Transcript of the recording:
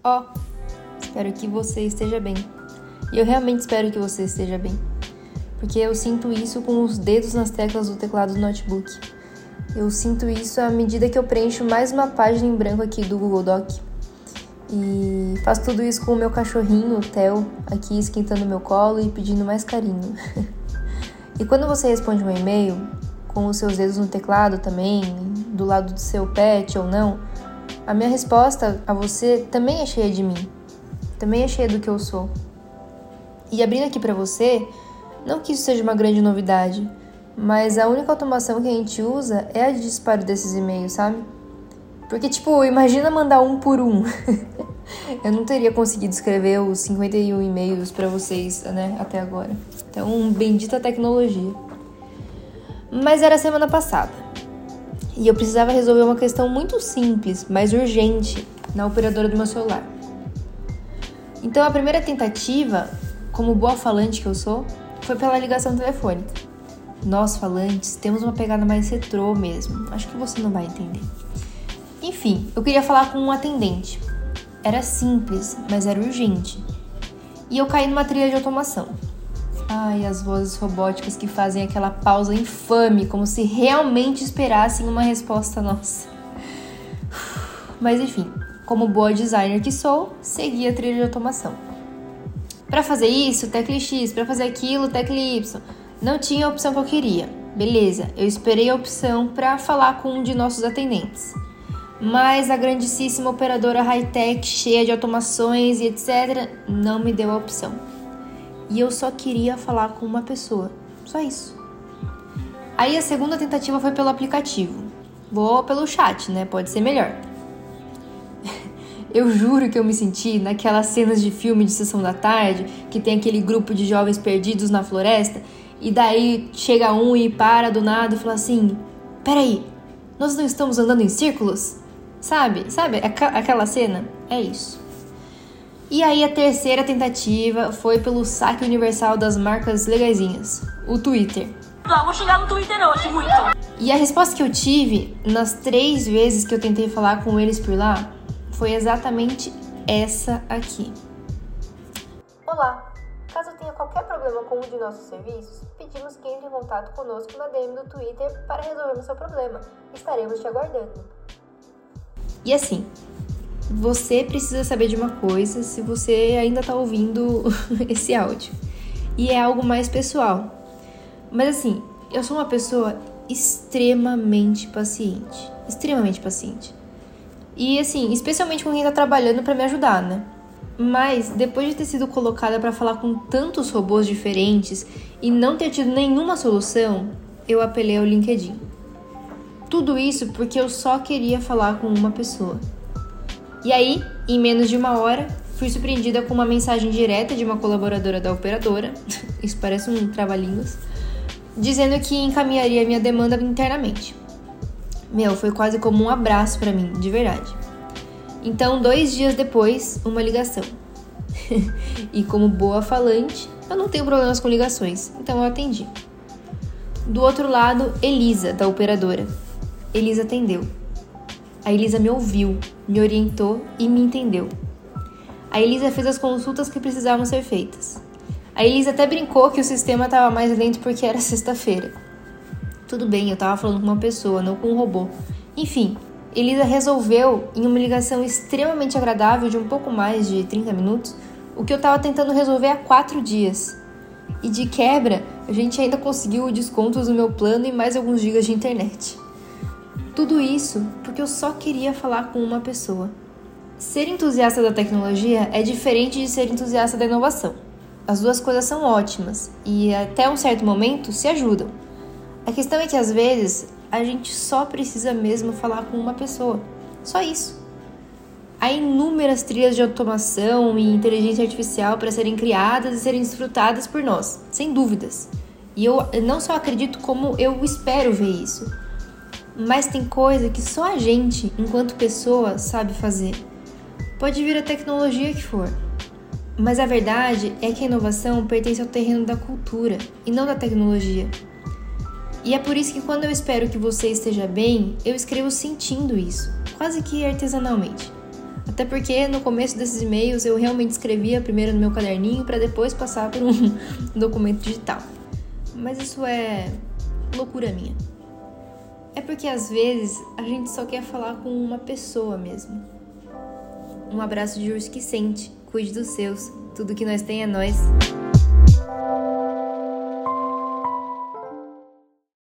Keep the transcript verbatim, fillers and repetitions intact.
Ó, espero que você esteja bem. E eu realmente espero que você esteja bem. Porque eu sinto isso com os dedos nas teclas do teclado do notebook. Eu sinto isso à medida que eu preencho mais uma página em branco aqui do Google Doc. E faço tudo isso com o meu cachorrinho, o Theo, aqui esquentando meu colo e pedindo mais carinho. E quando você responde um e-mail, com os seus dedos no teclado também, do lado do seu pet ou não, a minha resposta a você também é cheia de mim. Também é cheia do que eu sou. E abrindo aqui pra você, não que isso seja uma grande novidade, mas a única automação que a gente usa é a de disparo desses e-mails, sabe? Porque, tipo, imagina mandar um por um. Eu não teria conseguido escrever os cinquenta e um e-mails pra vocês, né, até agora. Então, bendita tecnologia. Mas era semana passada. E eu precisava resolver uma questão muito simples, mas urgente, na operadora do meu celular. Então, a primeira tentativa, como boa falante que eu sou, foi pela ligação telefônica. Nós, falantes, temos uma pegada mais retrô mesmo. Acho que você não vai entender. Enfim, eu queria falar com um atendente. Era simples, mas era urgente. E eu caí numa trilha de automação. Ai, as vozes robóticas que fazem aquela pausa infame, como se realmente esperassem uma resposta nossa. Mas enfim, como boa designer que sou, segui a trilha de automação. Para fazer isso, tecle X, para fazer aquilo, tecle Y. Não tinha a opção que eu queria. Beleza, eu esperei a opção para falar com um de nossos atendentes. Mas a grandíssima operadora high-tech, cheia de automações e etcétera, não me deu a opção. E eu só queria falar com uma pessoa. Só isso. Aí a segunda tentativa foi pelo aplicativo. Vou pelo chat, né? Pode ser melhor. Eu juro que eu me senti naquelas cenas de filme de sessão da tarde, que tem aquele grupo de jovens perdidos na floresta, e daí chega um e para do nada e fala assim: peraí, nós não estamos andando em círculos? Sabe? Sabe aquela cena? É isso. E aí a terceira tentativa foi pelo saque universal das marcas legaisinhas, o Twitter. Ah, vou chegar no Twitter hoje, muito. E a resposta que eu tive nas três vezes que eu tentei falar com eles por lá foi exatamente essa aqui. Olá, caso tenha qualquer problema com um de nossos serviços, pedimos que entre em contato conosco na D M do Twitter para resolvermos seu problema. Estaremos te aguardando. E assim, você precisa saber de uma coisa se você ainda está ouvindo esse áudio. E é algo mais pessoal. Mas assim, eu sou uma pessoa extremamente paciente. Extremamente paciente. E assim, especialmente com quem está trabalhando para me ajudar, né? Mas depois de ter sido colocada para falar com tantos robôs diferentes e não ter tido nenhuma solução, eu apelei ao LinkedIn. Tudo isso porque eu só queria falar com uma pessoa. E aí, em menos de uma hora, fui surpreendida com uma mensagem direta de uma colaboradora da operadora, isso parece um trava-línguas, dizendo que encaminharia minha demanda internamente. Meu, foi quase como um abraço pra mim, de verdade. Então, dois dias depois, uma ligação. E como boa falante, eu não tenho problemas com ligações, então eu atendi. Do outro lado, Elisa, da operadora. Elisa atendeu. A Elisa me ouviu, me orientou e me entendeu. A Elisa fez as consultas que precisavam ser feitas. A Elisa até brincou que o sistema estava mais lento porque era sexta-feira. Tudo bem, eu estava falando com uma pessoa, não com um robô. Enfim, Elisa resolveu, em uma ligação extremamente agradável de um pouco mais de trinta minutos, o que eu estava tentando resolver há quatro dias. E de quebra, a gente ainda conseguiu descontos no meu plano e mais alguns gigas de internet. Tudo isso porque eu só queria falar com uma pessoa. Ser entusiasta da tecnologia é diferente de ser entusiasta da inovação. As duas coisas são ótimas e até um certo momento se ajudam. A questão é que às vezes a gente só precisa mesmo falar com uma pessoa. Só isso. Há inúmeras trilhas de automação e inteligência artificial para serem criadas e serem desfrutadas por nós, sem dúvidas. E eu não só acredito como eu espero ver isso. Mas tem coisa que só a gente, enquanto pessoa, sabe fazer. Pode vir a tecnologia que for. Mas a verdade é que a inovação pertence ao terreno da cultura e não da tecnologia. E é por isso que quando eu espero que você esteja bem, eu escrevo sentindo isso, quase que artesanalmente. Até porque no começo desses e-mails eu realmente escrevia primeiro no meu caderninho para depois passar por um documento digital. Mas isso é loucura minha. É porque às vezes a gente só quer falar com uma pessoa mesmo. Um abraço de urso que sente, cuide dos seus, tudo que nós tem é nós.